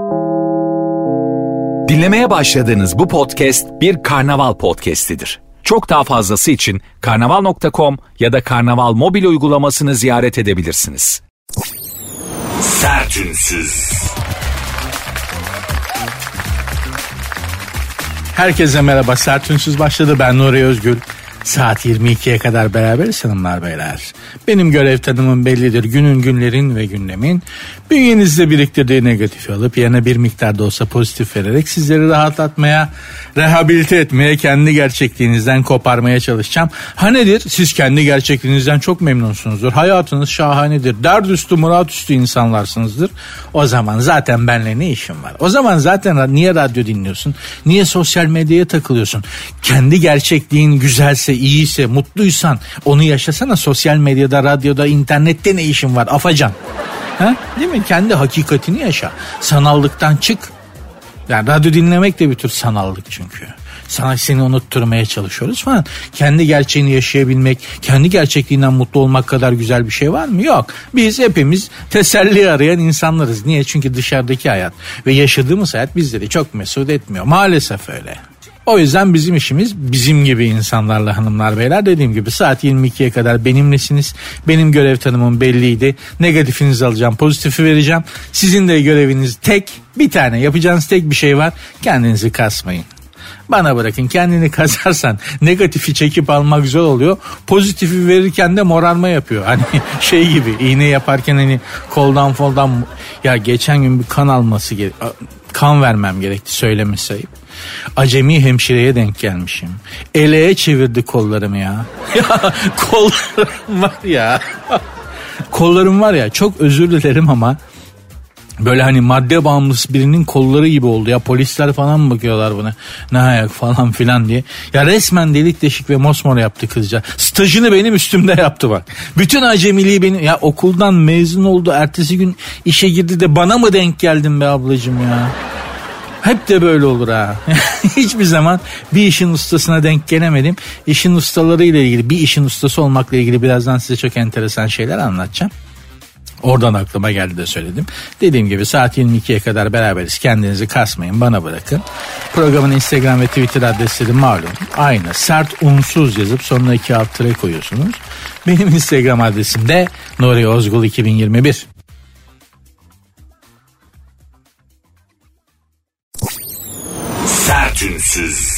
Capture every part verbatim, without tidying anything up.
Dinlemeye başladığınız bu podcast bir karnaval podcastidir. Çok daha fazlası için karnaval nokta com ya da karnaval mobil uygulamasını ziyaret edebilirsiniz. Sertünsüz. Herkese merhaba. Sertünsüz başladı. Ben Nuri Özgül. Saat yirmi ikiye kadar beraberiz hanımlar beyler. Benim görev tanımım bellidir. Günün, günlerin ve gündemin bünyenizde biriktirdiği negatifi alıp yerine bir miktar da olsa pozitif vererek sizleri rahatlatmaya, rehabilite etmeye, kendi gerçekliğinizden koparmaya çalışacağım. Ha nedir? Siz kendi gerçekliğinizden çok memnunsunuzdur. Hayatınız şahanedir. Derdüstü, muratüstü insanlarsınızdır. O zaman zaten benimle ne işin var? O zaman zaten niye radyo dinliyorsun? Niye sosyal medyaya takılıyorsun? Kendi gerçekliğin güzelse, iyiyse, mutluysan onu yaşasana. Sosyal medyada, radyoda, internette ne işin var? Afacan. Ha? Değil mi? Kendi hakikatini yaşa. Sanallıktan çık. Yani radyo dinlemek de bir tür sanallık çünkü. Sana seni unutturmaya çalışıyoruz falan. Kendi gerçeğini yaşayabilmek, kendi gerçekliğinden mutlu olmak kadar güzel bir şey var mı? Yok. Biz hepimiz teselli arayan insanlarız. Niye? Çünkü dışarıdaki hayat ve yaşadığımız hayat bizleri çok mesut etmiyor. Maalesef öyle. O yüzden bizim işimiz bizim gibi insanlarla hanımlar beyler. Dediğim gibi saat yirmi ikiye kadar benimlesiniz. Benim görev tanımım belliydi. Negatifinizi alacağım, pozitifi vereceğim. Sizin de göreviniz tek, bir tane. Yapacağınız tek bir şey var. Kendinizi kasmayın. Bana bırakın, kendini kasarsan negatifi çekip almak zor oluyor. Pozitifi verirken de morarma yapıyor. Hani şey gibi, iğne yaparken hani koldan foldan, ya geçen gün bir kan alması gerek, kan vermem gerekti, söylemesi ayıp. Acemi hemşireye denk gelmişim. Eleğe çevirdi kollarımı ya. Ya kollarım var ya. Kollarım var ya, çok özür dilerim ama böyle hani madde bağımlısı birinin kolları gibi oldu ya. Polisler falan mı bakıyorlar buna, ne ayak falan filan diye. Ya resmen delik deşik ve mosmor yaptı kızca. Stajını benim üstümde yaptı bak. Bütün acemiliği benim. Ya okuldan mezun oldu, ertesi gün işe girdi de bana mı denk geldin be ablacığım ya? Hep de böyle olur ha. Hiçbir zaman bir işin ustasına denk gelemedim. İşin ustalarıyla ilgili, bir işin ustası olmakla ilgili birazdan size çok enteresan şeyler anlatacağım. Oradan aklıma geldi de söyledim. Dediğim gibi saat yirmi ikiye kadar beraberiz. Kendinizi kasmayın, bana bırakın. Programın Instagram ve Twitter adresleri malum. Aynı. Sert unsuz yazıp sonuna iki alt tire koyuyorsunuz. Benim Instagram adresim de Nuri Ozgul iki bin yirmi bir. Sertünsüz.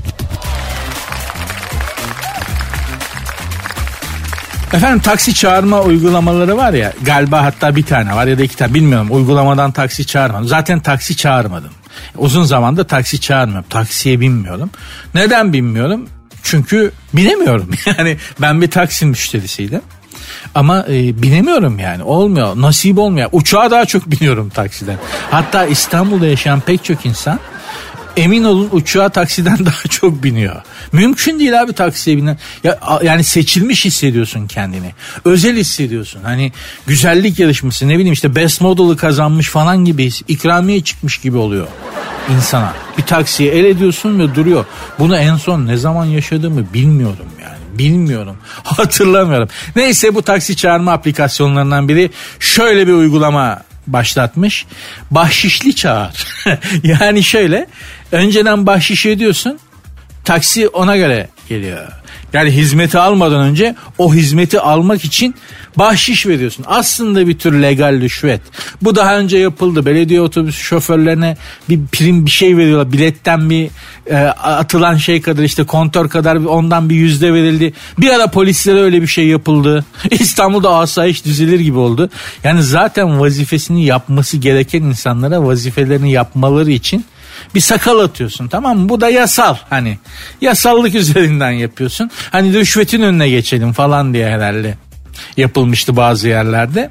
Efendim, taksi çağırma uygulamaları var ya, galiba hatta bir tane var ya da iki tane, bilmiyorum, uygulamadan taksi çağırmadım. Zaten taksi çağırmadım. Uzun zamandır taksi çağırmıyorum. Taksiye binmiyorum. Neden binmiyorum? Çünkü binemiyorum. Yani ben bir taksi müşterisiydim. Ama e, binemiyorum yani, olmuyor, nasip olmuyor. Uçağa daha çok biniyorum taksiden. Hatta İstanbul'da yaşayan pek çok insan, emin olun, uçağa taksiden daha çok biniyor. Mümkün değil abi taksiye binen. Ya, yani seçilmiş hissediyorsun kendini. Özel hissediyorsun. Hani güzellik yarışması, ne bileyim işte Best Model'ı kazanmış falan gibi, ikramiye çıkmış gibi oluyor insana. Bir taksiye el ediyorsun ve duruyor. Bunu en son ne zaman yaşadığımı bilmiyorum yani. Bilmiyorum. Hatırlamıyorum. Neyse, bu taksi çağırma aplikasyonlarından biri şöyle bir uygulama başlatmış. Bahşişli çağır. Yani şöyle, önceden bahşiş ediyorsun, taksi ona göre geliyor. Yani hizmeti almadan önce o hizmeti almak için bahşiş veriyorsun. Aslında bir tür legal rüşvet. Bu daha önce yapıldı. Belediye otobüs şoförlerine bir prim bir şey veriyorlar. Biletten bir e, atılan şey kadar, işte kontör kadar, ondan bir yüzde verildi. Bir ara polislere öyle bir şey yapıldı. İstanbul'da asayiş düzelir gibi oldu. Yani zaten vazifesini yapması gereken insanlara vazifelerini yapmaları için bir sakal atıyorsun, tamam mı? Bu da yasal, hani yasallık üzerinden yapıyorsun. Hani rüşvetin önüne geçelim falan diye herhalde yapılmıştı bazı yerlerde.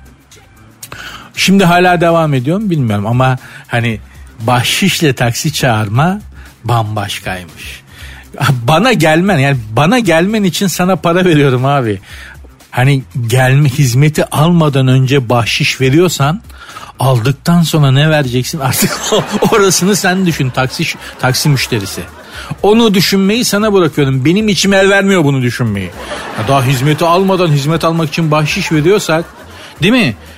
Şimdi hala devam ediyor mu bilmiyorum ama hani bahşişle taksi çağırma bambaşkaymış. Bana gelmen, yani bana gelmen için sana para veriyorum abi. Hani gelme hizmeti almadan önce bahşiş veriyorsan, aldıktan sonra ne vereceksin artık orasını sen düşün, taksi taksi müşterisi. Onu düşünmeyi sana bırakıyorum. Benim içim el vermiyor bunu düşünmeyi. Ya daha hizmeti almadan hizmet almak için bahşiş veriyorsak, değil mi?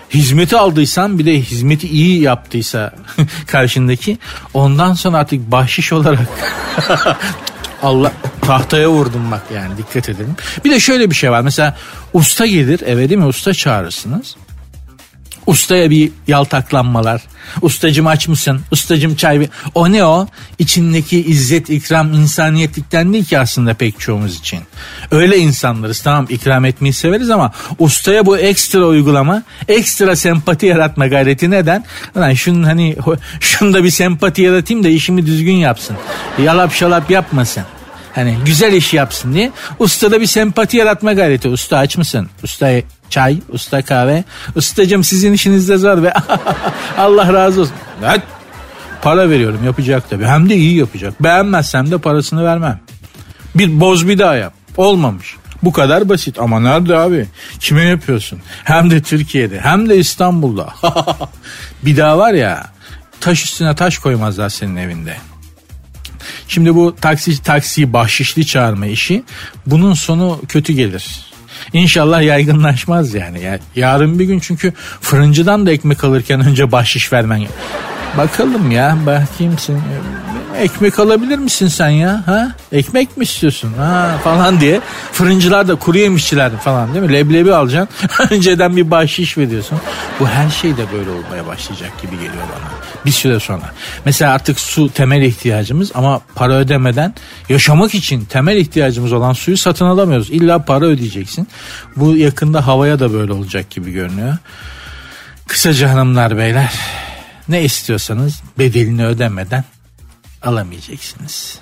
hizmeti aldıysan, bir de hizmeti iyi yaptıysa karşındaki, ondan sonra artık bahşiş olarak Allah, tahtaya vurdum bak, yani dikkat edelim. Bir de şöyle bir şey var, mesela usta gelir eve, değil mi, usta çağırırsınız. Ustaya bir yaltaklanmalar. Ustacım aç mısın? Ustacım çay bir... O ne o? İçindeki izzet, ikram, insaniyetlikten değil ki aslında pek çoğumuz için. Öyle insanlarız, tamam, ikram etmeyi severiz ama ustaya bu ekstra uygulama, ekstra sempati yaratma gayreti neden? Lan şunun hani şunda bir sempati yaratayım da işimi düzgün yapsın. Yalap şalap yapmasın. Hani güzel iş yapsın diye. Ustada bir sempati yaratma gayreti. Usta aç mısın? Usta çay, usta kahve. Ustacığım sizin işinizde zor ve Allah razı olsun. Evet. Para veriyorum, yapacak tabii. Hem de iyi yapacak. Beğenmezsem de parasını vermem. Bir boz bir daha yap. Olmamış. Bu kadar basit. Ama nerede abi? Kime yapıyorsun? Hem de Türkiye'de. Hem de İstanbul'da. Bir daha var ya, taş üstüne taş koymazlar senin evinde. Şimdi bu taksi taksiyi bahşişli çağırma işi, bunun sonu kötü gelir. İnşallah yaygınlaşmaz yani. yani. Yarın bir gün çünkü fırıncıdan da ekmek alırken önce bahşiş vermen. Bakalım ya, bakayım sen. Ekmek alabilir misin sen ya? Ha? Ekmek mi istiyorsun? Ha falan diye. Fırıncılar da, kuru yemişçiler falan, değil mi? Leblebi alacaksın. Önceden bir bahşiş veriyorsun. Bu her şey de böyle olmaya başlayacak gibi geliyor bana. Bir süre sonra. Mesela artık su temel ihtiyacımız ama para ödemeden yaşamak için temel ihtiyacımız olan suyu satın alamıyoruz. İlla para ödeyeceksin. Bu yakında havaya da böyle olacak gibi görünüyor. Kısaca hanımlar beyler, ne istiyorsanız bedelini ödemeden alamayacaksınız.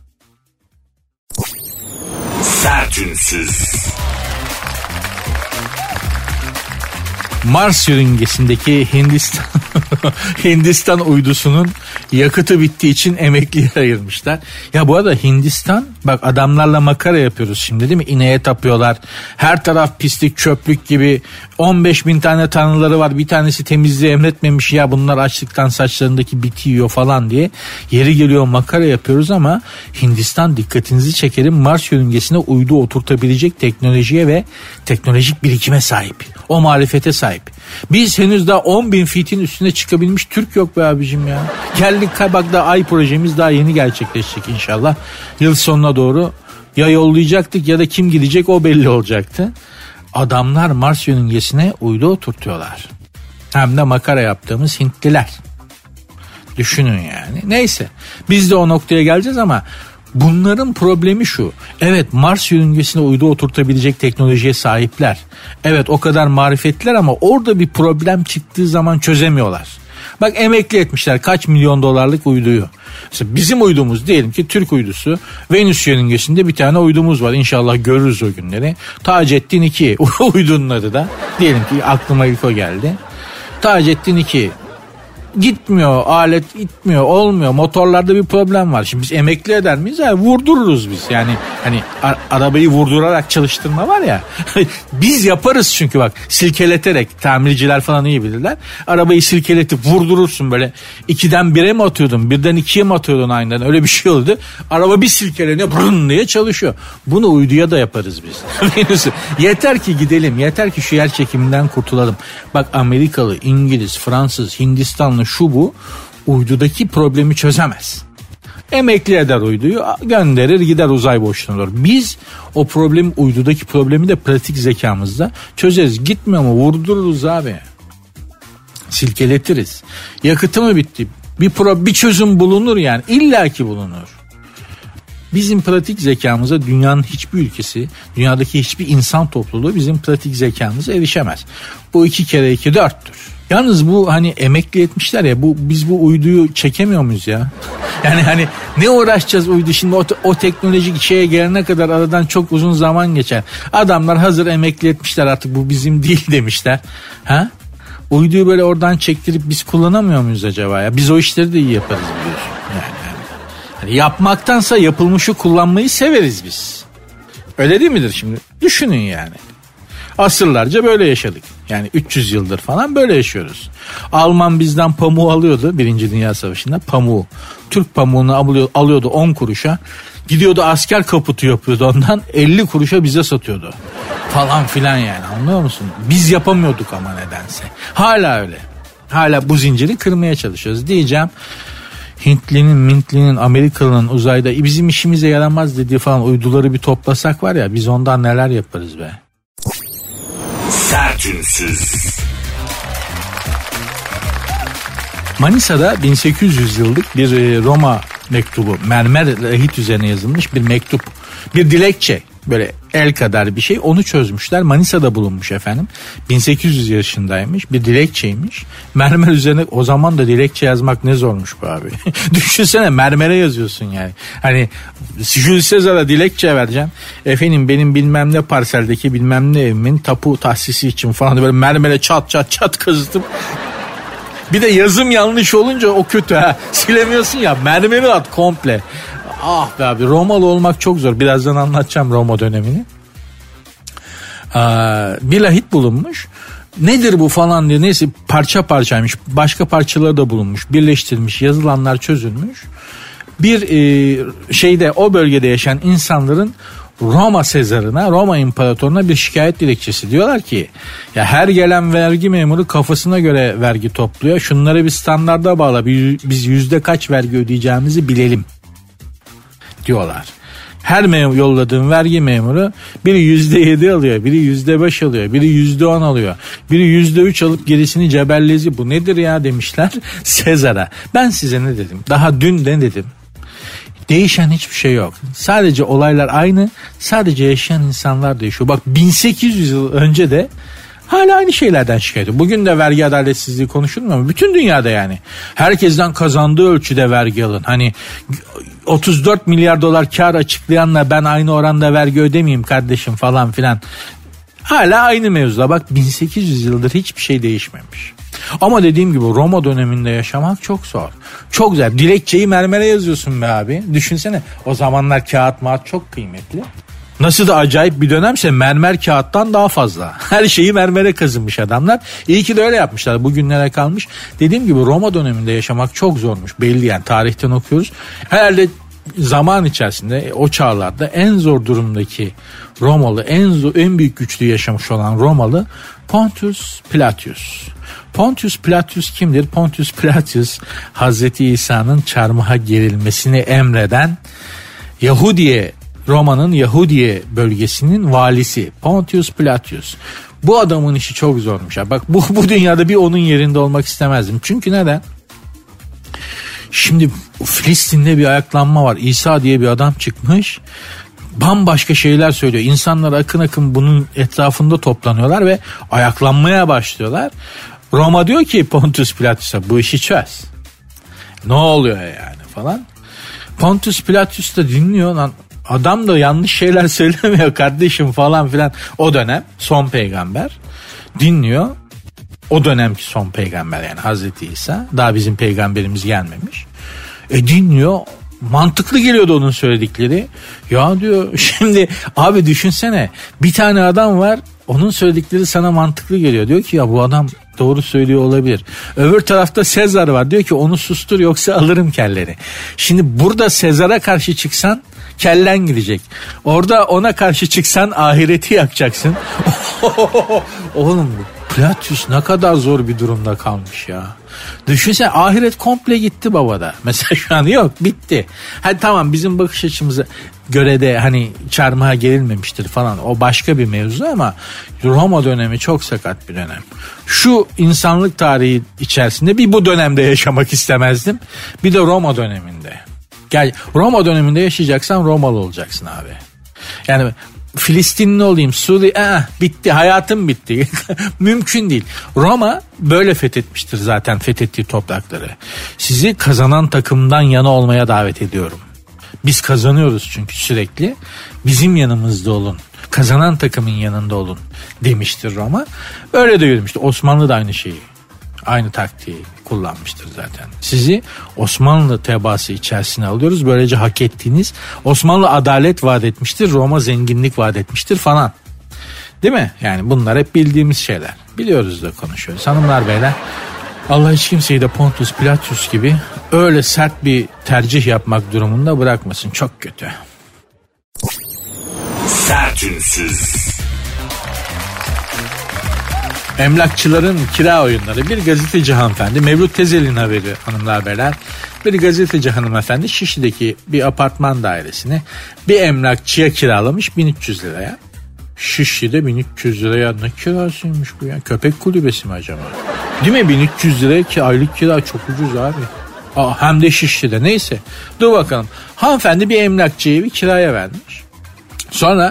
Sertünsüz. Mars yörüngesindeki Hindistan Hindistan uydusunun yakıtı bittiği için emekliye ayırmışlar. Ya bu arada Hindistan, bak adamlarla makara yapıyoruz şimdi, değil mi? İneğe tapıyorlar. Her taraf pislik, çöplük gibi. on beş bin tane tanrıları var. Bir tanesi temizliği emretmemiş, ya bunlar açlıktan saçlarındaki biti yiyor falan diye. Yeri geliyor makara yapıyoruz ama Hindistan, dikkatinizi çekerim, Mars yörüngesine uydu oturtabilecek teknolojiye ve teknolojik birikime sahip. O marifete sahip. Biz henüz daha on bin fitin üstüne çıkabilmiş Türk yok be abicim ya. Geldik bak, da ay projemiz daha yeni gerçekleşecek inşallah. Yıl sonuna doğru ya yollayacaktık ya da kim gidecek o belli olacaktı. Adamlar Mars yörüngesine uydu oturtuyorlar. Hem de makara yaptığımız Hintliler. Düşünün yani. Neyse, biz de o noktaya geleceğiz ama bunların problemi şu. Evet, Mars yörüngesine uydu oturtabilecek teknolojiye sahipler. Evet, o kadar marifetliler ama orada bir problem çıktığı zaman çözemiyorlar. Bak, emekli etmişler kaç milyon dolarlık uyduyu. Mesela bizim uydumuz, diyelim ki Türk uydusu, Venüs yörüngesinde bir tane uydumuz var. İnşallah görürüz o günleri. Taceddin iki uydunun adı da. Diyelim ki aklıma ilk o geldi. Taceddin iki. Gitmiyor, alet gitmiyor, olmuyor, motorlarda bir problem var. Şimdi biz emekli eder miyiz? Yani vurdururuz biz. Yani hani a- arabayı vurdurarak çalıştırma var ya. Biz yaparız çünkü, bak, silkeleterek, tamirciler falan iyi bilirler. Arabayı silkeletip vurdurursun böyle. İkiden bire mi atıyordun, birden ikiye mi atıyordun aynen, öyle bir şey oldu. Araba bir silkeleniyor, brın diye çalışıyor. Bunu uyduya da yaparız biz. Yeter ki gidelim, yeter ki şu yer çekiminden kurtulalım. Bak, Amerikalı, İngiliz, Fransız, Hindistanlı, şu bu uydudaki problemi çözemez. Emekli eder uyduyu, gönderir gider uzay boşluğuna doğru. Biz o problemi, uydudaki problemi de pratik zekamızla çözeriz. Gitmiyor mu? Vurdururuz abi. Silkeletiriz. Yakıtı mı bitti? Bir pro, bir çözüm bulunur yani. İlla ki bulunur. Bizim pratik zekamıza dünyanın hiçbir ülkesi, dünyadaki hiçbir insan topluluğu bizim pratik zekamıza erişemez. Bu iki kere iki dörttür. Yalnız bu hani emekli etmişler ya, bu biz bu uyduyu çekemiyor muyuz ya? Yani hani ne uğraşacağız uydu şimdi, o, o teknolojik şeye gelene kadar aradan çok uzun zaman geçer. Adamlar hazır emekli etmişler, artık bu bizim değil demişler. Ha? Uyduyu böyle oradan çektirip biz kullanamıyor muyuz acaba ya? Biz o işleri de iyi yaparız biliyorsun. Yani, yani. Yani yapmaktansa yapılmışı kullanmayı severiz biz. Öyle değil midir şimdi? Düşünün yani. Asırlarca böyle yaşadık. Yani üç yüz yıldır falan böyle yaşıyoruz. Alman bizden pamuğu alıyordu Birinci Dünya Savaşı'nda, pamuğu. Türk pamuğunu alıyor, alıyordu on kuruşa. Gidiyordu asker kaputu yapıyordu ondan, elli kuruşa bize satıyordu. Falan filan yani, anlıyor musun? Biz yapamıyorduk ama nedense. Hala öyle. Hala bu zinciri kırmaya çalışıyoruz diyeceğim. Hintlinin, Mintlinin, Amerikalı'nın uzayda bizim işimize yaramaz dediği falan uyduları bir toplasak var ya, biz ondan neler yaparız be. Sertünsüz. Manisa'da bin sekiz yüz yıllık bir Roma mektubu, mermer lahit üzerine yazılmış bir mektup, bir dilekçe, böyle el kadar bir şey, onu çözmüşler. Manisa'da bulunmuş efendim. bin sekiz yüz yaşındaymış, bir dilekçeymiş. Mermer üzerine, o zaman da dilekçe yazmak ne zormuş bu abi. Düşünsene, mermere yazıyorsun yani. Hani Jules Caesar'a dilekçe vereceğim. Efendim benim bilmem ne parseldeki bilmem ne evimin tapu tahsisi için falan, böyle mermere çat çat çat kazıtıp, bir de yazım yanlış olunca o kötü ha. Silemiyorsun ya, mermeri at komple. Ah be abi, Romalı olmak çok zor. Birazdan anlatacağım Roma dönemini. Ee, bir lahit bulunmuş. Nedir bu falan diye, neyse parça parçaymış. Başka parçaları da bulunmuş. Birleştirilmiş, yazılanlar çözülmüş. Bir e, şeyde, o bölgede yaşayan insanların Roma Sezar'ına, Roma İmparatoruna bir şikayet dilekçesi. Diyorlar ki ya, her gelen vergi memuru kafasına göre vergi topluyor. Şunları bir standarda bağla, biz yüzde kaç vergi ödeyeceğimizi bilelim diyorlar. Her mem- yolladığım vergi memuru biri yüzde yedi alıyor, biri yüzde beş alıyor, biri yüzde on alıyor, biri yüzde üç alıp gerisini cebellezi. Bu nedir ya demişler Sezar'a. Ben size ne dedim? Daha dün ne dedim? Değişen hiçbir şey yok. Sadece olaylar aynı. Sadece yaşayan insanlar değişiyor. Bak, bin sekiz yüz yıl önce de hala aynı şeylerden şikayet ediyor. Bugün de vergi adaletsizliği konuşulmuyor mu? Bütün dünyada yani. Herkesten kazandığı ölçüde vergi alın. Hani otuz dört milyar dolar kar açıklayanla ben aynı oranda vergi ödemeyeyim kardeşim falan filan. Hala aynı mevzuda. Bak, bin sekiz yüz yıldır hiçbir şey değişmemiş. Ama dediğim gibi Roma döneminde yaşamak çok zor. Çok güzel. Dilekçeyi mermere yazıyorsun be abi. Düşünsene, o zamanlar kağıt mağat çok kıymetli. Nasıl da acayip bir dönemse, mermer kağıttan daha fazla. Her şeyi mermere kazınmış adamlar. İyi ki de öyle yapmışlar. Bugünlere kalmış. Dediğim gibi Roma döneminde yaşamak çok zormuş. Belli yani, tarihten okuyoruz. Herhalde zaman içerisinde, o çağlarda en zor durumdaki Romalı, en zor, en büyük güçlü yaşamış olan Romalı Pontius Pilatius. Pontius Pilatius kimdir? Pontius Pilatius, Hazreti İsa'nın çarmıha gerilmesini emreden Yahudiye, Roma'nın Yahudiye bölgesinin valisi Pontius Pilatius. Bu adamın işi çok zormuş. Bak, bu, bu dünyada bir onun yerinde olmak istemezdim. Çünkü neden? Şimdi Filistin'de bir ayaklanma var. İsa diye bir adam çıkmış. Bambaşka şeyler söylüyor. İnsanlar akın akın bunun etrafında toplanıyorlar ve ayaklanmaya başlıyorlar. Roma diyor ki Pontius Pilatus'a, bu işi çöz. Ne oluyor yani falan. Pontius Pilatus da dinliyor lan. Adam da yanlış şeyler söylemiyor kardeşim falan filan. O dönem son peygamber. Dinliyor. O dönemki son peygamber yani Hazreti İsa. Daha bizim peygamberimiz gelmemiş. E dinliyor. Mantıklı geliyordu onun söyledikleri. Ya diyor, şimdi abi düşünsene, bir tane adam var, onun söyledikleri sana mantıklı geliyor. Diyor ki ya, bu adam doğru söylüyor olabilir. Öbür tarafta Sezar var, diyor ki onu sustur yoksa alırım kelleri. Şimdi burada Sezar'a karşı çıksan kellen gidecek. Orada ona karşı çıksan ahireti yakacaksın. Oğlum, Platius ne kadar zor bir durumda kalmış ya. Düşünsene, ahiret komple gitti babada. Mesela şu an yok, bitti. Hadi tamam, bizim bakış açımıza göre de hani çarmıha gerilmemiştir falan, o başka bir mevzu, ama Roma dönemi çok sakat bir dönem. Şu insanlık tarihi içerisinde bir bu dönemde yaşamak istemezdim. Bir de Roma döneminde. Gel, Roma döneminde yaşayacaksan Romalı olacaksın abi. Yani Filistinli olayım, Suriye, eh, bitti, hayatım bitti. Mümkün değil. Roma böyle fethetmiştir zaten fethettiği toprakları. Sizi kazanan takımdan yana olmaya davet ediyorum. Biz kazanıyoruz çünkü sürekli. Bizim yanımızda olun. Kazanan takımın yanında olun demiştir Roma. Öyle de yürümüştü. Osmanlı da aynı şeyi, aynı taktiği kullanmıştır zaten. Sizi Osmanlı tebaası içerisine alıyoruz. Böylece hak ettiğiniz, Osmanlı adalet vaat etmiştir, Roma zenginlik vaat etmiştir falan Değil mi? Yani bunlar hep bildiğimiz şeyler. Biliyoruz da konuşuyoruz. Hanımlar beyler, Allah hiç kimseyi de Pontus Pilatus gibi öyle sert bir tercih yapmak durumunda bırakmasın. Çok kötü. Sertünsüz. Emlakçıların kira oyunları. Bir gazeteci hanımefendi, Mevlüt Tezel'in haberi hanımlar beyler. Bir gazeteci hanımefendi Şişli'deki bir apartman dairesini bir emlakçıya kiralamış bin üç yüz liraya. Şişli'de bin üç yüz liraya ne kirasıymış bu ya? Köpek kulübesi mi acaba? Değil mi? bin üç yüz liraya ki aylık kira çok ucuz abi. Aa, hem de Şişli'de, neyse. Dur bakalım. Hanımefendi bir emlakçıya bir kiraya vermiş. Sonra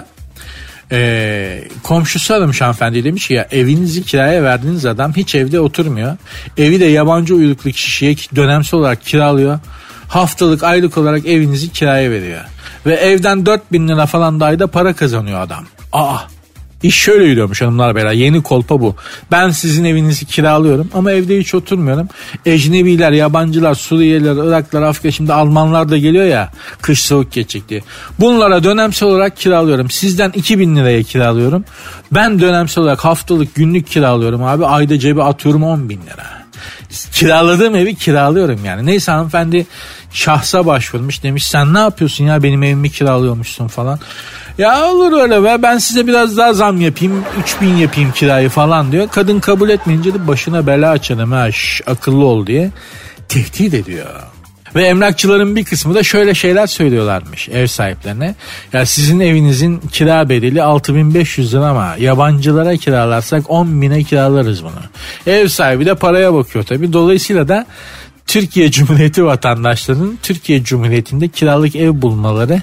Ee, komşusu aramış hanımefendi, demiş ki ya evinizi kiraya verdiğiniz adam hiç evde oturmuyor. Evi de yabancı uyruklu kişiye dönemsel olarak kiralıyor. Haftalık, aylık olarak evinizi kiraya veriyor. Ve evden dört bin lira falan da ayda para kazanıyor adam. Aa, iş şöyle yürüyormuş hanımlar beyler, yeni kolpa bu. Ben sizin evinizi kiralıyorum ama evde hiç oturmuyorum. Ecnebiler, yabancılar, Suriyeliler, Iraklar, Afrika, şimdi Almanlar da geliyor ya, kış soğuk geçecek diye. Bunlara dönemsel olarak kiralıyorum. Sizden iki bin liraya kiralıyorum. Ben dönemsel olarak haftalık, günlük kiralıyorum abi. Ayda cebe atıyorum on bin lira. Kiraladığım evi kiralıyorum yani. Neyse hanımefendi şahsa başvurmuş, demiş sen ne yapıyorsun ya, benim evimi kiralıyormuşsun falan. Ya olur öyle be, ben size biraz daha zam yapayım, üç bin yapayım kirayı falan diyor. Kadın kabul etmeyince de başına bela açarım ha, şş, akıllı ol diye tehdit ediyor. Ve emlakçıların bir kısmı da şöyle şeyler söylüyorlarmış ev sahiplerine. Ya sizin evinizin kira bedeli altı bin beş yüz lira ama yabancılara kiralarsak on bine kiralarız bunu. Ev sahibi de paraya bakıyor tabii. Dolayısıyla da Türkiye Cumhuriyeti vatandaşlarının Türkiye Cumhuriyeti'nde kiralık ev bulmaları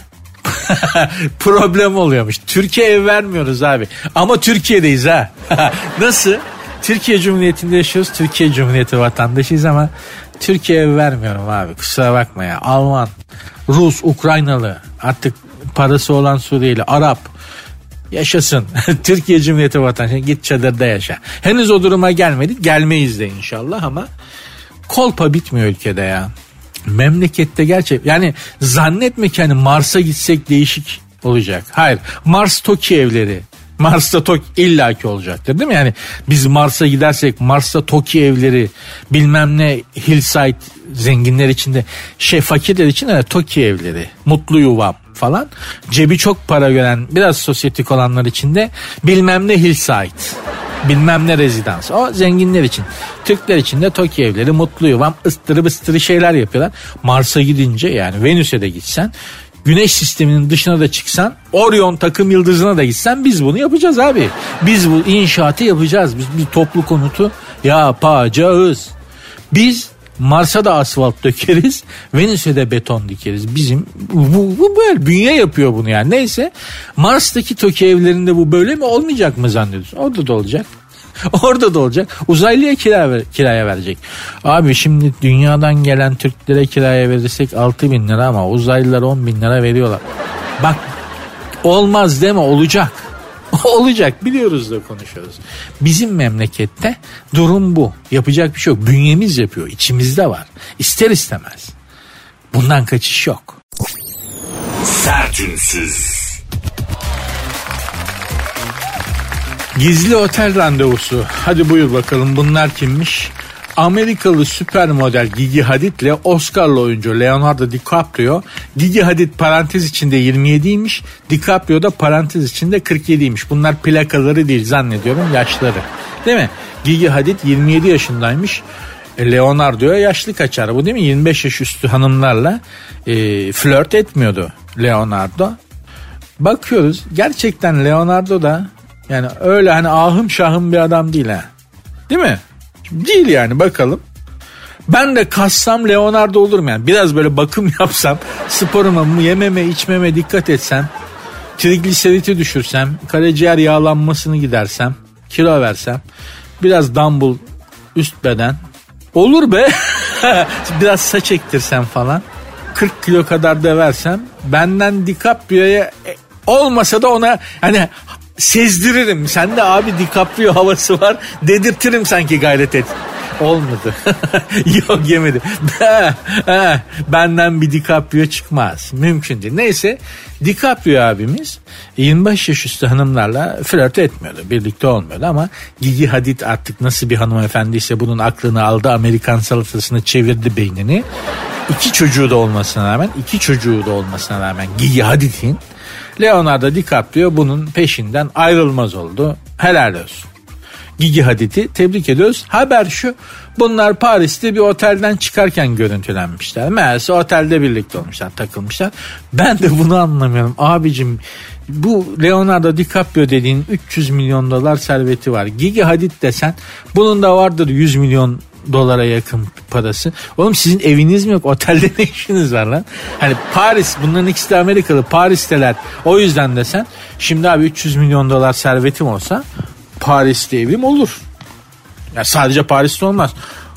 problem oluyormuş. Türkiye ev vermiyoruz abi. Ama Türkiye'deyiz ha. Nasıl? Türkiye Cumhuriyeti'nde yaşıyoruz. Türkiye Cumhuriyeti vatandaşıyız ama Türkiye ev vermiyorum abi. Kusura bakma ya. Alman, Rus, Ukraynalı, artık parası olan Suriyeli, Arap yaşasın. Türkiye Cumhuriyeti vatandaşı, git çadırda yaşa. Henüz o duruma gelmedik. Gelmeyiz de inşallah ama kolpa bitmiyor ülkede ya. Memlekette gerçek, yani zannetme ki hani Mars'a gitsek değişik olacak. Hayır, Mars Toki evleri, Mars'ta Toki illaki olacaktır değil mi? Yani biz Mars'a gidersek Mars'ta Toki evleri, bilmem ne Hillside, zenginler içinde, şey fakirler için de Toki evleri, mutlu yuvam falan. Cebi çok para gören biraz sosyetik olanlar için de bilmem ne Hillside, bilmem ne rezidans. O zenginler için. Türkler için de Toki evleri, mutlu yuvam, ıstırı bıstırı şeyler yapıyorlar. Mars'a gidince, yani Venüs'e de gitsen, Güneş sisteminin dışına da çıksan, Orion takım yıldızına da gitsen biz bunu yapacağız abi. Biz bu inşaatı yapacağız. Biz bir toplu konutu yapacağız. Biz Mars'a da asfalt dökeriz, Venüs'e de beton dikeriz. Bizim bu, bu böyle bünye yapıyor bunu yani. Neyse, Mars'taki Toki evlerinde bu böyle mi, olmayacak mı zannediyorsun? Orada da olacak. Orada da olacak. Uzaylıya kira ver, kiraya verecek. Abi şimdi dünyadan gelen Türklere kiraya verirsek altı bin lira ama uzaylılar on bin lira veriyorlar. Bak, olmaz deme, olacak. Olacak, biliyoruz da konuşuyoruz. Bizim memlekette durum bu. Yapacak bir şey yok. Bünyemiz yapıyor. İçimizde var. İster istemez. Bundan kaçış yok. Sertünsüz. Gizli otel randevusu. Hadi buyur bakalım, bunlar kimmiş? Amerikalı süper model Gigi Hadid ile Oscar'lı oyuncu Leonardo DiCaprio. Gigi Hadid parantez içinde yirmi yediymiş. DiCaprio da parantez içinde kırk yediymiş. Bunlar plakaları değil zannediyorum, yaşları. Değil mi? Gigi Hadid yirmi yedi yaşındaymış. Leonardo'ya yaşlı kaçar. Bu değil mi? yirmi beş yaş üstü hanımlarla e, flört etmiyordu Leonardo. Bakıyoruz. Gerçekten Leonardo da yani öyle hani ahım şahım bir adam değil ha. Değil mi? Değil yani, bakalım. Ben de kassam Leonardo olurum yani. Biraz böyle bakım yapsam, sporuma, yememe, içmeme dikkat etsem, trigliseriti düşürsem, karaciğer yağlanmasını gidersem, kilo versem, biraz dumbbell üst beden olur be. Biraz saç ektirsem falan, kırk kilo kadar da versem, benden DiCaprio'ya olmasa da ona hani sezdiririm. Sende abi DiCaprio havası var dedirtirim sanki, gayret et. Olmadı. Yok yemedi. Benden bir DiCaprio çıkmaz. Mümkün değil. Neyse DiCaprio abimiz yirmi beş yaş üstü hanımlarla flört etmiyordu. Birlikte olmuyordu ama Gigi Hadid artık nasıl bir hanımefendiyse bunun aklını aldı. Amerikan salatasını çevirdi beynini. İki çocuğu da olmasına rağmen iki çocuğu da olmasına rağmen Gigi Hadid'in Leonardo DiCaprio bunun peşinden ayrılmaz oldu. Helal olsun. Gigi Hadid'i tebrik ediyoruz. Haber şu, bunlar Paris'te bir otelden çıkarken görüntülenmişler. Meğerse otelde birlikte olmuşlar, takılmışlar. Ben de bunu anlamıyorum. Abicim bu Leonardo DiCaprio dediğin üç yüz milyon dolar serveti var. Gigi Hadid desen bunun da vardır yüz milyon dolara yakın parası. Oğlum sizin eviniz mi yok? Otelde ne işiniz var lan? Hani Paris, bunların ikisi de Amerikalı, Paris'teler. O yüzden desen şimdi abi üç yüz milyon dolar servetim olsa Paris'te evim olur. Ya sadece Paris'te olmaz.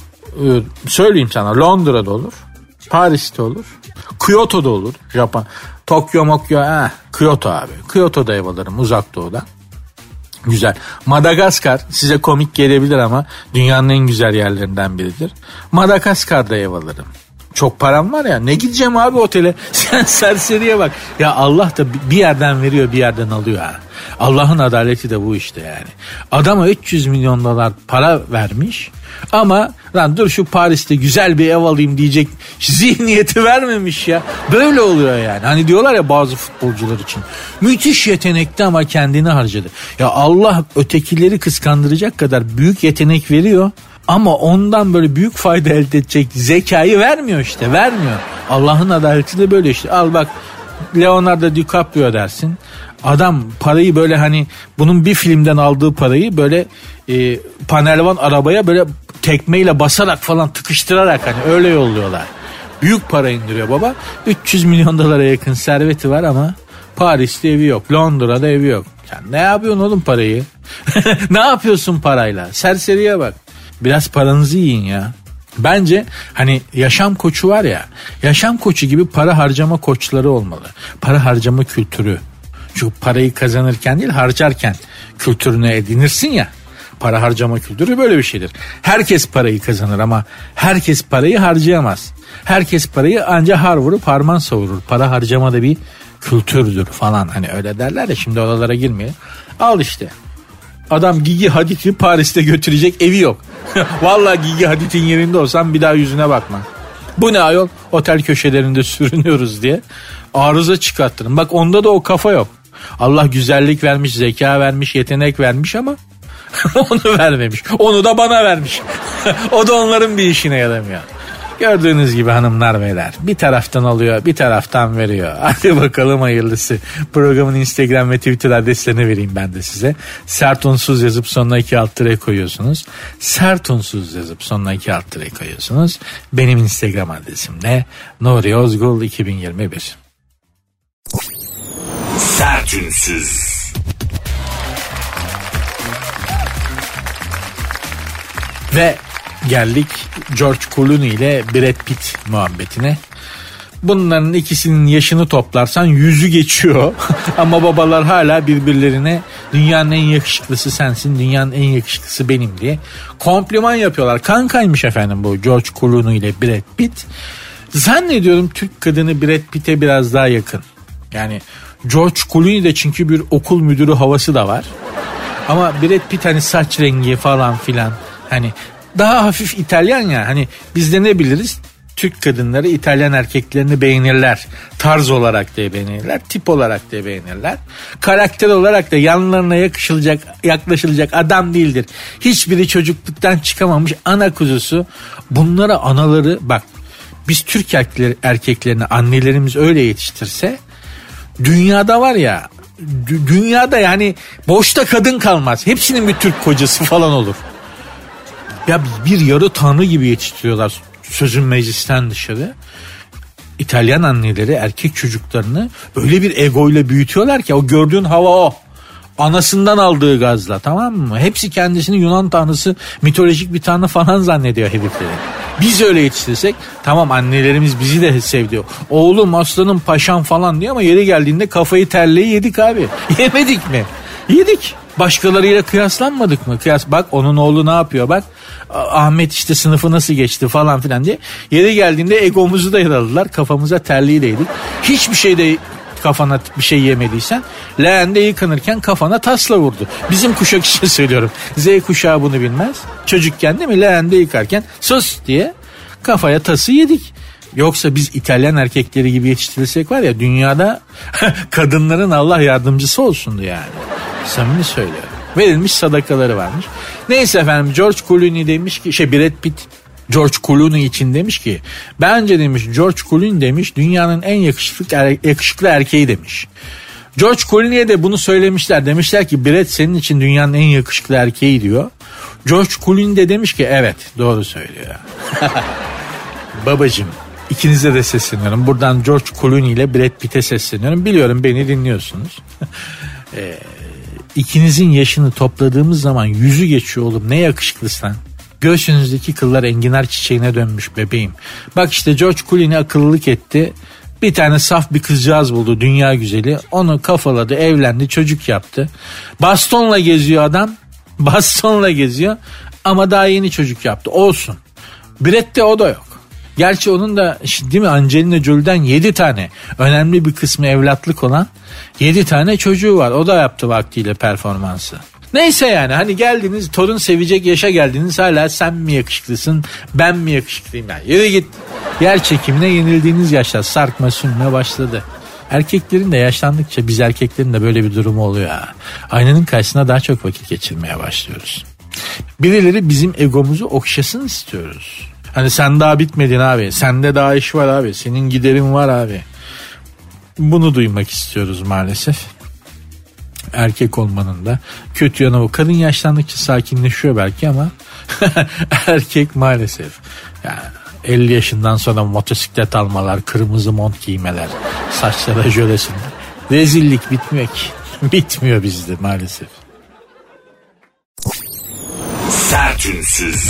Ee, söyleyeyim sana, Londra'da olur. Paris'te olur. Kyoto'da olur. Japon. Tokyo mokyo. Eh, Kyoto abi. Kyoto'da ev alırım, uzak doğuda. Güzel. Madagaskar size komik gelebilir ama dünyanın en güzel yerlerinden biridir. Madagaskar'da ev alırım. Çok param var ya, ne gideceğim abi otele? Sen serseriye bak. Ya Allah da bir yerden veriyor, bir yerden alıyor ha. Allah'ın adaleti de bu işte yani. Adama üç yüz milyon dolar para vermiş ama lan dur şu Paris'te güzel bir ev alayım diyecek zihniyeti vermemiş ya. Böyle oluyor yani. Hani diyorlar ya bazı futbolcular için. Müthiş yetenekli ama kendini harcadı. Ya Allah ötekileri kıskandıracak kadar büyük yetenek veriyor. Ama ondan böyle büyük fayda elde edecek zekayı vermiyor işte, vermiyor. Allah'ın adaleti de böyle işte. Al bak Leonardo DiCaprio dersin. Adam parayı böyle hani bunun bir filmden aldığı parayı böyle e, panelvan arabaya böyle tekmeyle basarak falan tıkıştırarak hani öyle yolluyorlar. Büyük para indiriyor baba. üç yüz milyon dolara yakın serveti var ama Paris'te evi yok. Londra'da evi yok. Sen ne yapıyorsun oğlum parayı? Ne yapıyorsun parayla? Serseriye bak. Biraz paranızı yiyin ya. Bence hani yaşam koçu var ya, yaşam koçu gibi para harcama koçları olmalı. Para harcama kültürü. Çünkü parayı kazanırken değil harcarken kültürünü edinirsin ya. Para harcama kültürü böyle bir şeydir. Herkes parayı kazanır ama herkes parayı harcayamaz. Herkes parayı ancak har vurup harman savurur. Para harcama da bir kültürdür falan, hani öyle derler ya, şimdi oralara girmeyelim. Al işte. Adam Gigi Hadid'i Paris'te götürecek evi yok. Vallahi Gigi Hadid'in yerinde olsam bir daha yüzüne bakmam. Bu ne ayol? Otel köşelerinde sürünüyoruz diye arıza çıkarttırın. Bak onda da o kafa yok. Allah güzellik vermiş, zeka vermiş, yetenek vermiş ama onu vermemiş. Onu da bana vermiş. O da onların bir işine yaramıyor. Gördüğünüz gibi hanımlar beyler, bir taraftan alıyor bir taraftan veriyor. Hadi bakalım hayırlısı. Programın Instagram ve Twitter adreslerini vereyim ben de size. Sert unsuz yazıp sonuna iki alt tere koyuyorsunuz. Sert unsuz yazıp sonuna iki alt tere koyuyorsunuz. Benim Instagram adresim de Nuri Ozgul iki bin yirmi bir. Sert unsuz. Ve geldik George Clooney ile Brad Pitt muhabbetine. Bunların ikisinin yaşını toplarsan yüzü geçiyor. Ama babalar hala birbirlerine dünyanın en yakışıklısı sensin, dünyanın en yakışıklısı benim diye kompliman yapıyorlar. Kankaymış efendim bu George Clooney ile Brad Pitt. Zannediyorum Türk kadını Brad Pitt'e biraz daha yakın. Yani George Clooney'de çünkü bir okul müdürü havası da var. Ama Brad Pitt hani saç rengi falan filan hani daha hafif İtalyan ya, hani biz de ne biliriz? Türk kadınları İtalyan erkeklerini beğenirler. Tarz olarak da beğenirler, tip olarak da beğenirler. Karakter olarak da yanlarına yakışılacak, yaklaşılacak adam değildir. Hiçbiri çocukluktan çıkamamış ana kuzusu. Bunlara anaları bak, biz Türk erkekler, erkeklerini annelerimiz öyle yetiştirse dünyada var ya, d- dünyada yani boşta kadın kalmaz. Hepsinin bir Türk kocası falan olur. Ya bir yarı tanrı gibi yetiştiriyorlar sözün meclisten dışarı. İtalyan anneleri erkek çocuklarını öyle bir egoyla büyütüyorlar ki o gördüğün hava o. Anasından aldığı gazla, tamam mı? Hepsi kendisini Yunan tanrısı, mitolojik bir tanrı falan zannediyor herifleri. Biz öyle yetiştirsek tamam, annelerimiz bizi de sevdi. Oğlum aslanım paşam falan diyor ama yeri geldiğinde kafayı terleyi yedik abi. Yemedik mi? Yedik. Başkalarıyla kıyaslanmadık mı? Kıyas, bak onun oğlu ne yapıyor, bak Ahmet işte sınıfı nasıl geçti falan filan diye. Yeri geldiğinde egomuzu da yaraladılar, kafamıza terliği değdik. Hiçbir şeyde kafana bir şey yemediysen leğende yıkanırken kafana tasla vurdu. Bizim kuşak için söylüyorum. Z kuşağı bunu bilmez. Çocukken değil mi, leğende yıkarken sus diye kafaya tası yedik. Yoksa biz İtalyan erkekleri gibi yetiştirilsek var ya, dünyada kadınların Allah yardımcısı olsundu yani. Samimi söylüyorum. Verilmiş sadakaları varmış. Neyse efendim, George Clooney demiş ki şey Brad Pitt George Clooney için demiş ki, bence demiş George Clooney demiş dünyanın en yakışıklı, er, yakışıklı erkeği demiş. George Clooney'e de bunu söylemişler. Demişler ki Brad senin için dünyanın en yakışıklı erkeği diyor. George Clooney de demiş ki evet doğru söylüyor. Babacığım, İkinize de sesleniyorum. Buradan George Clooney ile Brad Pitt'e sesleniyorum. Biliyorum beni dinliyorsunuz. ee, ikinizin yaşını topladığımız zaman yüzü geçiyor oğlum. Ne yakışıklısın. Göğsünüzdeki kıllar enginar çiçeğine dönmüş bebeğim. Bak işte George Clooney akıllılık etti. Bir tane saf bir kızcağız buldu, dünya güzeli. Onu kafaladı, evlendi, çocuk yaptı. Bastonla geziyor adam. Bastonla geziyor. Ama daha yeni çocuk yaptı. Olsun. Brad'de o da yok. Gerçi onun da değil mi, Angelina Jolie'den yedi tane önemli bir kısmı evlatlık olan yedi tane çocuğu var. O da yaptı vaktiyle performansı. Neyse yani, hani geldiniz torun sevecek yaşa geldiniz, hala sen mi yakışıklısın ben mi yakışıklıyım yani. Yürü git. Yer çekimine yenildiğiniz yaşlar sarkma sünme başladı. Erkeklerin de yaşlandıkça biz erkeklerin de böyle bir durumu oluyor ha. Aynanın karşısında daha çok vakit geçirmeye başlıyoruz. Birileri bizim egomuzu okşasın istiyoruz. Hani sen daha bitmedin abi. Sende daha iş var abi. Senin giderin var abi. Bunu duymak istiyoruz maalesef. Erkek olmanın da kötü yanı o. Kadın yaşlandıkça sakinleşiyor belki ama erkek maalesef. Yani elli yaşından sonra motosiklet almalar, kırmızı mont giymeler, saçlara jölesinler. Rezillik bitmek bitmiyor bizde maalesef. Sertünsüz.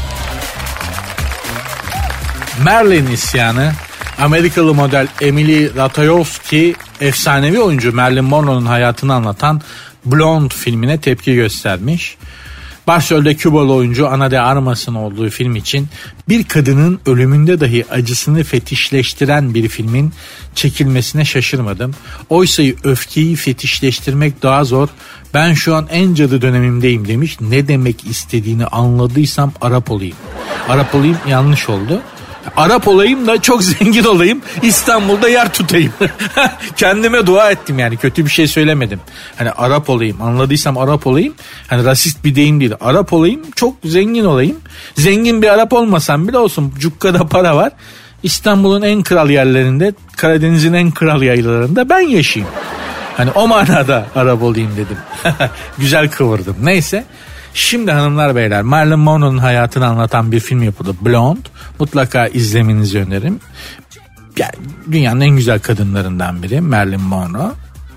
Merlin isyanı. Amerikalı model Emily Ratajkowski efsanevi oyuncu Marilyn Monroe'nun hayatını anlatan Blonde filmine tepki göstermiş. Başrolde Kübalı oyuncu Ana de Armas'ın olduğu film için bir kadının ölümünde dahi acısını fetişleştiren bir filmin çekilmesine şaşırmadım. Oysa öfkeyi fetişleştirmek daha zor. Ben şu an en cadı dönemimdeyim demiş. Ne demek istediğini anladıysam Arap olayım. Arap olayım yanlış oldu. Arap olayım da çok zengin olayım, İstanbul'da yer tutayım. Kendime dua ettim yani, kötü bir şey söylemedim. Hani Arap olayım, anladıysam Arap olayım. Hani rasist bir deyim değil. Arap olayım, çok zengin olayım. Zengin bir Arap olmasam bile olsun, cukkada para var. İstanbul'un en kral yerlerinde, Karadeniz'in en kral yaylalarında ben yaşayayım. Hani o manada Arap olayım dedim. Güzel kıvırdım. Neyse. Şimdi hanımlar beyler, Marilyn Monroe'nun hayatını anlatan bir film yapıldı, Blonde. Mutlaka izlemenizi öneririm. Yani dünyanın en güzel kadınlarından biri Marilyn Monroe.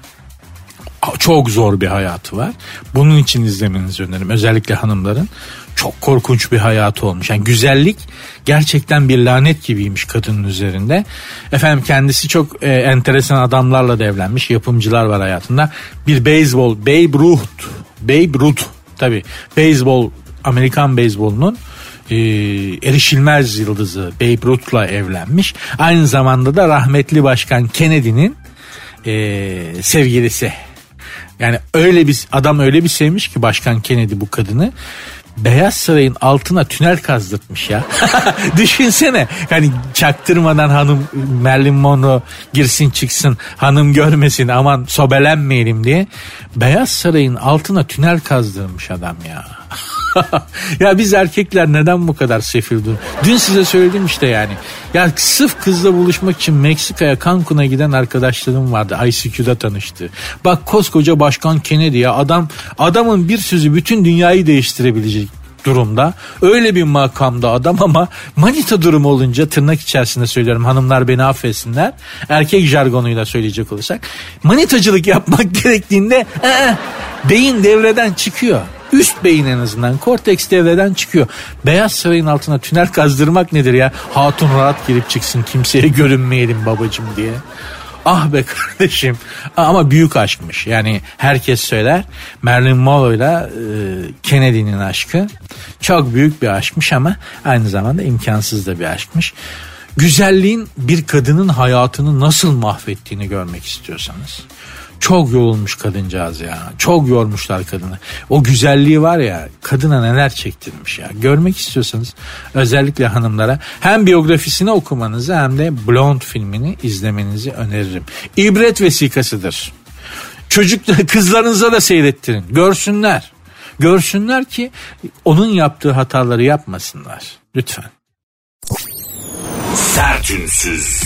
Çok zor bir hayatı var. Bunun için izlemenizi öneririm. Özellikle hanımların. Çok korkunç bir hayatı olmuş. Yani güzellik gerçekten bir lanet gibiymiş kadının üzerinde. Efendim kendisi çok e, enteresan adamlarla da evlenmiş. Yapımcılar var hayatında. Bir beyzbol, Babe Ruth. Babe Ruth. Tabii beyzbol, Amerikan beyzbolunun e, erişilmez yıldızı Babe Ruth'la evlenmiş. Aynı zamanda da rahmetli Başkan Kennedy'nin e, sevgilisi. Yani öyle bir adam, öyle bir sevmiş ki Başkan Kennedy bu kadını. Beyaz Saray'ın altına tünel kazdırtmış ya. Düşünsene. Yani çaktırmadan hanım Marilyn Monroe girsin çıksın, hanım görmesin, aman sobelenmeyelim diye. Beyaz Saray'ın altına tünel kazdırmış adam ya. Ya biz erkekler neden bu kadar sefil dur? Dün size söyledim işte yani. Ya sırf kızla buluşmak için Meksika'ya, Cancun'a giden arkadaşlarım vardı. I C Q'da tanıştı. Bak koskoca Başkan Kennedy ya, adam adamın bir sözü bütün dünyayı değiştirebilecek durumda. Öyle bir makamda adam ama manita durumu olunca, tırnak içerisinde söylüyorum, hanımlar beni affetsinler, erkek jargonuyla söyleyecek olursak, manitacılık yapmak gerektiğinde ee, beyin devreden çıkıyor. Üst beyin en azından, korteks devreden çıkıyor. Beyaz Saray'ın altına tünel kazdırmak nedir ya? Hatun rahat girip çıksın, kimseye görünmeyelim babacım diye. Ah be kardeşim. Ama büyük aşkmış. Yani herkes söyler. Marilyn Monroe'yla e, Kennedy'nin aşkı çok büyük bir aşkmış ama aynı zamanda imkansız da bir aşkmış. Güzelliğin bir kadının hayatını nasıl mahvettiğini görmek istiyorsanız, çok yorulmuş kadıncağız ya. Çok yormuşlar kadını. O güzelliği var ya, kadına neler çektirmiş ya. Görmek istiyorsanız özellikle hanımlara hem biyografisini okumanızı hem de Blonde filmini izlemenizi öneririm. İbret vesikasıdır. Çocuk kızlarınıza da seyrettirin. Görsünler. Görsünler ki onun yaptığı hataları yapmasınlar. Lütfen. Sertünsüz.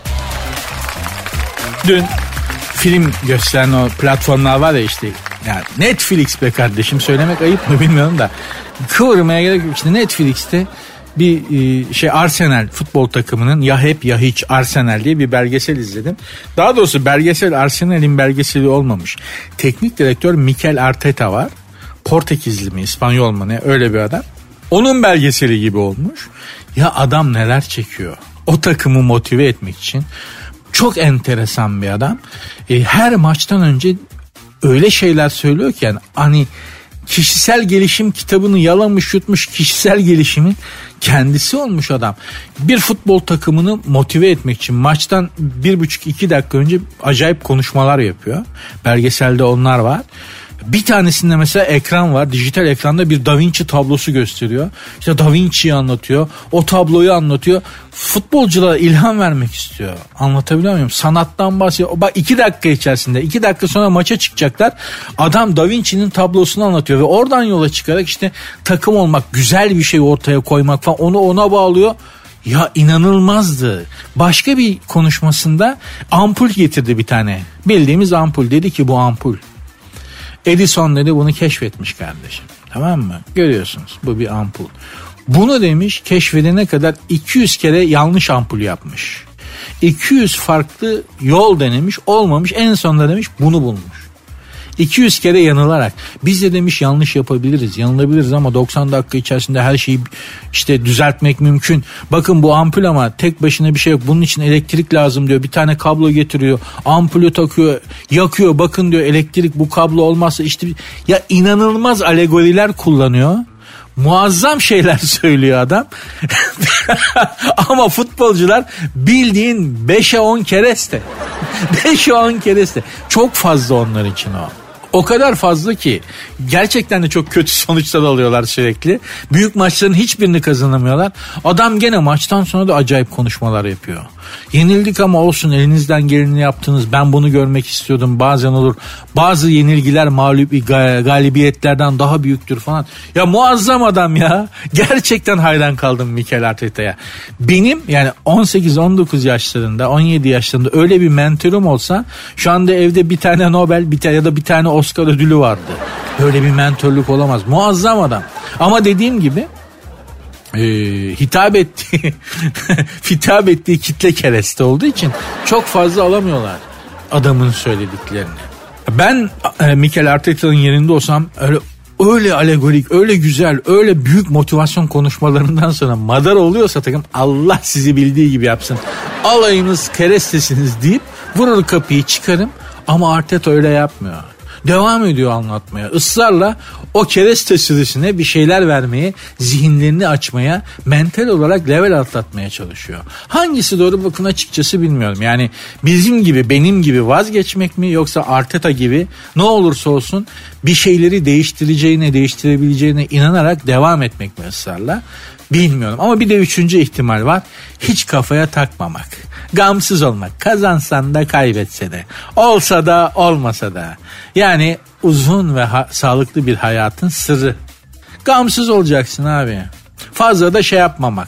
Dün film gösteren o platformlar var ya işte. Yani Netflix be kardeşim, söylemek ayıp mı bilmiyorum da. Kıvırmaya gerek yok. İşte Netflix'te bir şey, Arsenal futbol takımının ya hep ya hiç Arsenal diye bir belgesel izledim. Daha doğrusu belgesel Arsenal'in belgeseli olmamış. Teknik direktör Mikel Arteta var. Portekizli mi, İspanyol mu ne, öyle bir adam. Onun belgeseli gibi olmuş. Ya adam neler çekiyor. O takımı motive etmek için. Çok enteresan bir adam. E, her maçtan önce öyle şeyler söylüyor ki yani hani kişisel gelişim kitabını yalamış yutmuş, kişisel gelişimin kendisi olmuş adam. Bir futbol takımını motive etmek için maçtan bir buçuk iki dakika önce acayip konuşmalar yapıyor. Belgeselde onlar var. Bir tanesinde mesela ekran var. Dijital ekranda bir Da Vinci tablosu gösteriyor. İşte Da Vinci'yi anlatıyor. O tabloyu anlatıyor. Futbolculara ilham vermek istiyor. Anlatabiliyor muyum? Sanattan bahsediyor. Bak iki dakika içerisinde, iki dakika sonra maça çıkacaklar. Adam Da Vinci'nin tablosunu anlatıyor ve oradan yola çıkarak işte takım olmak, güzel bir şey ortaya koymak falan, onu ona bağlıyor. Ya inanılmazdı. Başka bir konuşmasında ampul getirdi bir tane. Bildiğimiz ampul. Dedi ki bu ampul. Edison dedi bunu keşfetmiş kardeşim. Tamam mı? Görüyorsunuz, bu bir ampul. Bunu demiş keşfedene kadar iki yüz kere yanlış ampul yapmış. iki yüz farklı yol denemiş, olmamış, en sonunda demiş bunu bulmuş. iki yüz kere yanılarak. Biz de demiş yanlış yapabiliriz, yanılabiliriz ama doksan dakika içerisinde her şeyi işte düzeltmek mümkün. Bakın bu ampul ama tek başına bir şey yok. Bunun için elektrik lazım diyor. Bir tane kablo getiriyor. Ampulü takıyor, yakıyor. Bakın diyor elektrik, bu kablo olmazsa işte ya inanılmaz alegoriler kullanıyor. Muazzam şeyler söylüyor adam. Ama futbolcular bildiğin beşe on kereste. beşe on kereste. Çok fazla onlar için o. O kadar fazla ki gerçekten de çok kötü sonuçlar alıyorlar sürekli. Büyük maçların hiçbirini kazanamıyorlar. Adam gene maçtan sonra da acayip konuşmalar yapıyor. Yenildik ama olsun, elinizden geleni yaptınız. Ben bunu görmek istiyordum. Bazen olur. Bazı yenilgiler mağlup galibiyetlerden daha büyüktür falan. Ya muazzam adam ya. Gerçekten hayran kaldım Mikel Arteta'ya. Benim yani on sekiz on dokuz yaşlarında, on yedi yaşlarında öyle bir mentorum olsa şu anda evde bir tane Nobel bir tane ya da bir tane Oscar ödülü vardı. Öyle bir mentörlük olamaz. Muazzam adam. Ama dediğim gibi e, hitap ettiği hitap ettiği kitle kereste olduğu için çok fazla alamıyorlar adamın söylediklerini. Ben e, Mikel Arteta'nın yerinde olsam öyle öyle alegorik, öyle güzel, öyle büyük motivasyon konuşmalarından sonra madara oluyorsa takım, Allah sizi bildiği gibi yapsın. Alayınız kerestesiniz deyip vurur kapıyı, çıkarım. Ama Arteta öyle yapmıyor. Devam ediyor anlatmaya. Israrla o kereste sürüsüne bir şeyler vermeye, zihinlerini açmaya, mental olarak level atlatmaya çalışıyor. Hangisi doğru bakın açıkçası bilmiyorum. Yani bizim gibi, benim gibi vazgeçmek mi, yoksa Arteta gibi ne olursa olsun bir şeyleri değiştireceğine, değiştirebileceğine inanarak devam etmek mi ısrarla? Bilmiyorum. Ama bir de üçüncü ihtimal var. Hiç kafaya takmamak. Gamsız olmak. Kazansan da kaybetse de. Olsa da olmasa da. Yani uzun ve ha- sağlıklı bir hayatın sırrı. Gamsız olacaksın abi. Fazla da şey yapmamak.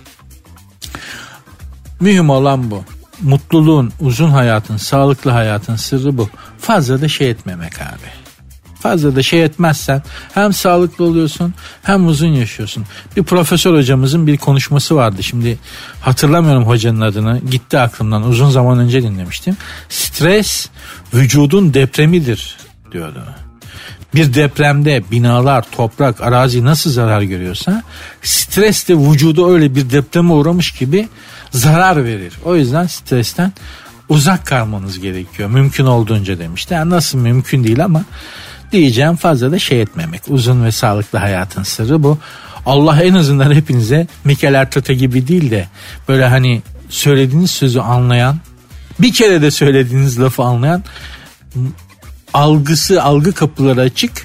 Mühim olan bu. Mutluluğun, uzun hayatın, sağlıklı hayatın sırrı bu. Fazla da şey etmemek abi. Fazla da şey etmezsen hem sağlıklı oluyorsun hem uzun yaşıyorsun. Bir profesör hocamızın bir konuşması vardı. Şimdi hatırlamıyorum hocanın adını. Gitti aklımdan. Uzun zaman önce dinlemiştim. Stres vücudun depremidir diyordu. Bir depremde binalar, toprak, arazi nasıl zarar görüyorsa stres de vücudu öyle bir depreme uğramış gibi zarar verir. O yüzden stresten uzak kalmanız gerekiyor. Mümkün olduğunca demişti. Yani nasıl mümkün değil ama diyeceğim fazla da şey etmemek. Uzun ve sağlıklı hayatın sırrı bu. Allah en azından hepinize Mikel Arteta gibi değil de böyle hani söylediğiniz sözü anlayan, bir kere de söylediğiniz lafı anlayan, algısı, algı kapıları açık,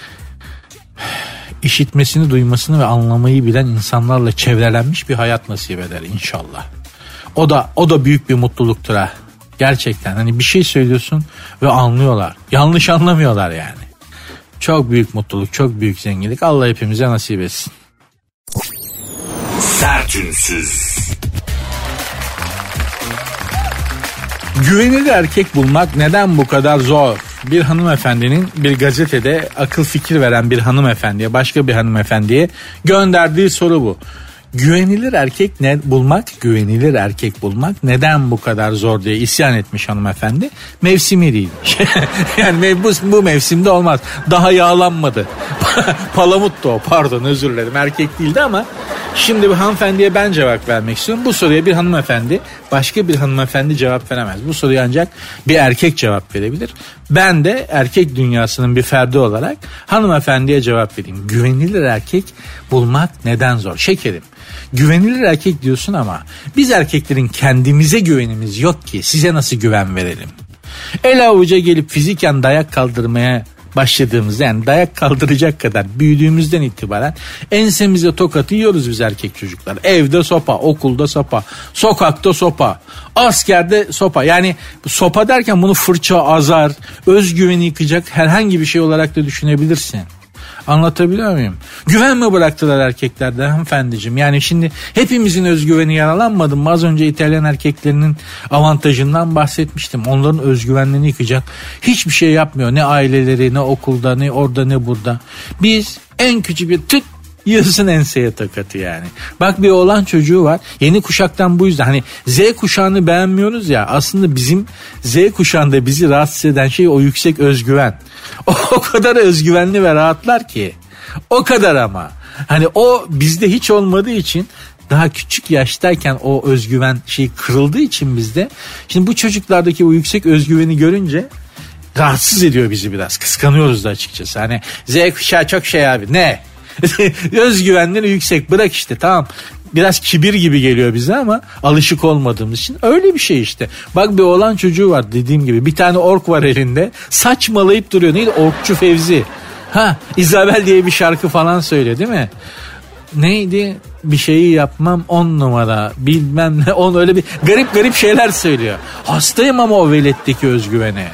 işitmesini, duymasını ve anlamayı bilen insanlarla çevrelenmiş bir hayat nasip eder inşallah. O da o da büyük bir mutluluktur ha. Gerçekten hani bir şey söylüyorsun ve anlıyorlar. Yanlış anlamıyorlar yani. Çok büyük mutluluk, çok büyük zenginlik. Allah hepimize nasip etsin. Sertünsüz. Güvenilir erkek bulmak neden bu kadar zor? Bir hanımefendinin bir gazetede akıl fikir veren bir hanımefendiye, başka bir hanımefendiye gönderdiği soru bu. Güvenilir erkek ne bulmak, güvenilir erkek bulmak neden bu kadar zor diye isyan etmiş hanımefendi. Mevsimi değil. Yani bu, bu mevsimde olmaz. Daha yağlanmadı. Palamut da o, pardon, özür dilerim, erkek değildi ama şimdi bir hanımefendiye ben cevap vermek istiyorum. Bu soruya bir hanımefendi, başka bir hanımefendi cevap veremez. Bu soruya ancak bir erkek cevap verebilir. Ben de erkek dünyasının bir ferdi olarak hanımefendiye cevap vereyim. Güvenilir erkek bulmak neden zor? Şekerim, güvenilir erkek diyorsun ama biz erkeklerin kendimize güvenimiz yok ki size nasıl güven verelim? El avuca gelip fiziken dayak kaldırmaya başladığımızda, yani dayak kaldıracak kadar büyüdüğümüzden itibaren ensemize tokatı yiyoruz biz erkek çocuklar. Evde sopa, okulda sopa, sokakta sopa, askerde sopa. Yani sopa derken bunu fırça, azar, özgüveni yıkacak herhangi bir şey olarak da düşünebilirsin. Anlatabiliyor muyum? Güven mi bıraktılar erkeklerde hanımefendiciğim? Yani şimdi hepimizin özgüveni yaralanmadı mı? Az önce İtalyan erkeklerinin avantajından bahsetmiştim. Onların özgüvenlerini yıkacak hiçbir şey yapmıyor. Ne aileleri, ne okulda, ne orada, ne burada. Biz en küçük bir tık yılsın enseye takatı yani. Bak bir oğlan çocuğu var. Yeni kuşaktan bu yüzden hani Z kuşağını beğenmiyoruz ya. Aslında bizim Z kuşağında bizi rahatsız eden şey o yüksek özgüven. O, o kadar özgüvenli ve rahatlar ki. O kadar ama. Hani o bizde hiç olmadığı için, daha küçük yaştayken o özgüven şey kırıldığı için bizde. Şimdi bu çocuklardaki o yüksek özgüveni görünce rahatsız ediyor bizi biraz. Kıskanıyoruz da açıkçası. Hani Z kuşağı çok şey abi. Ne? Özgüvenleri yüksek, bırak işte, tamam. Biraz kibir gibi geliyor bize ama alışık olmadığımız için öyle bir şey işte. Bak bir oğlan çocuğu var dediğim gibi, bir tane ork var elinde, saçmalayıp duruyor. Neydi? Orkçu Fevzi. Ha, Isabel diye bir şarkı falan söylüyor değil mi? Neydi? Bir şeyi yapmam on numara bilmem ne, on, öyle bir garip garip şeyler söylüyor. Hastayım ama o veletteki özgüvene.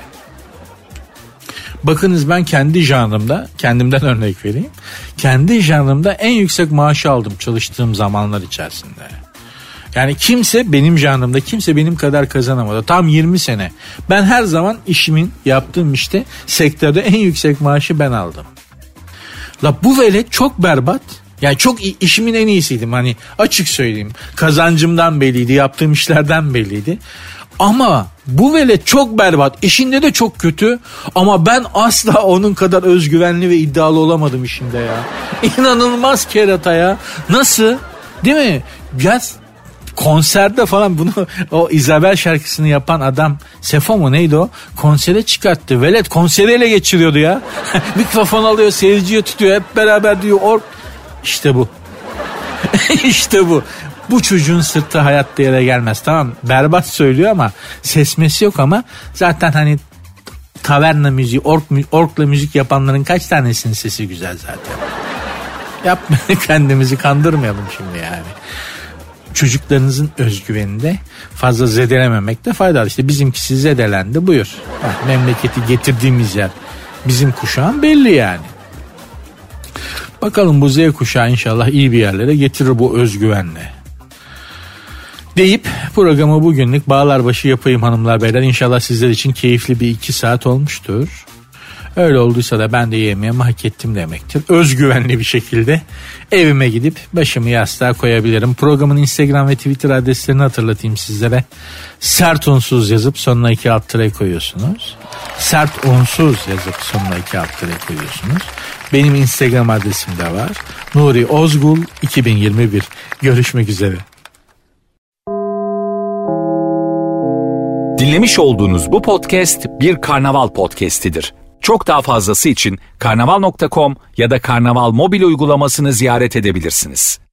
Bakınız ben kendi janrımda, kendimden örnek vereyim. Kendi janrımda en yüksek maaşı aldım çalıştığım zamanlar içerisinde. Yani kimse benim janrımda, kimse benim kadar kazanamadı. Tam yirmi sene. Ben her zaman işimin, yaptığım işte sektörde en yüksek maaşı ben aldım. La bu velet çok berbat. Yani çok işimin en iyisiydim, hani açık söyleyeyim. Kazancımdan belliydi, yaptığım işlerden belliydi. Ama bu velet çok berbat, işinde de çok kötü ama ben asla onun kadar özgüvenli ve iddialı olamadım işinde ya. İnanılmaz kerata ya. Nasıl? Değil mi? Ya konserde falan bunu, o Isabel şarkısını yapan adam Sefo mu neydi o? Konsere çıkarttı. Velet konseri ele geçiriyordu ya. Mikrofon alıyor, seyirciye tutuyor, hep beraber diyor. Or işte bu. İşte bu. Bu çocuğun sırtı hayatta yere gelmez, tamam, berbat söylüyor ama sesmesi yok ama zaten hani taverna müziği, ork, orkla müzik yapanların kaç tanesinin sesi güzel zaten. Yapma, kendimizi kandırmayalım şimdi yani. Çocuklarınızın özgüveninde fazla zedelememekte faydalı. İşte bizimkisi zedelendi, buyur. Bak, memleketi getirdiğimiz yer bizim kuşağın belli yani. Bakalım bu Z kuşağı inşallah iyi bir yerlere getirir bu özgüvenle. Deyip programı bugünlük bağlarbaşı yapayım hanımlar beyler. İnşallah sizler için keyifli bir iki saat olmuştur. Öyle olduysa da ben de yemeğimi hak ettim demektir. Özgüvenli bir şekilde evime gidip başımı yastığa koyabilirim. Programın Instagram ve Twitter adreslerini hatırlatayım sizlere. Sert unsuz yazıp sonuna iki alt tere koyuyorsunuz. Sert unsuz yazıp sonuna iki alt tere koyuyorsunuz. Benim Instagram adresim de var. Nuri Ozgul iki bin yirmi bir. Görüşmek üzere. Dinlemiş olduğunuz bu podcast bir Karnaval podcastidir. Çok daha fazlası için karnaval nokta com ya da Karnaval mobil uygulamasını ziyaret edebilirsiniz.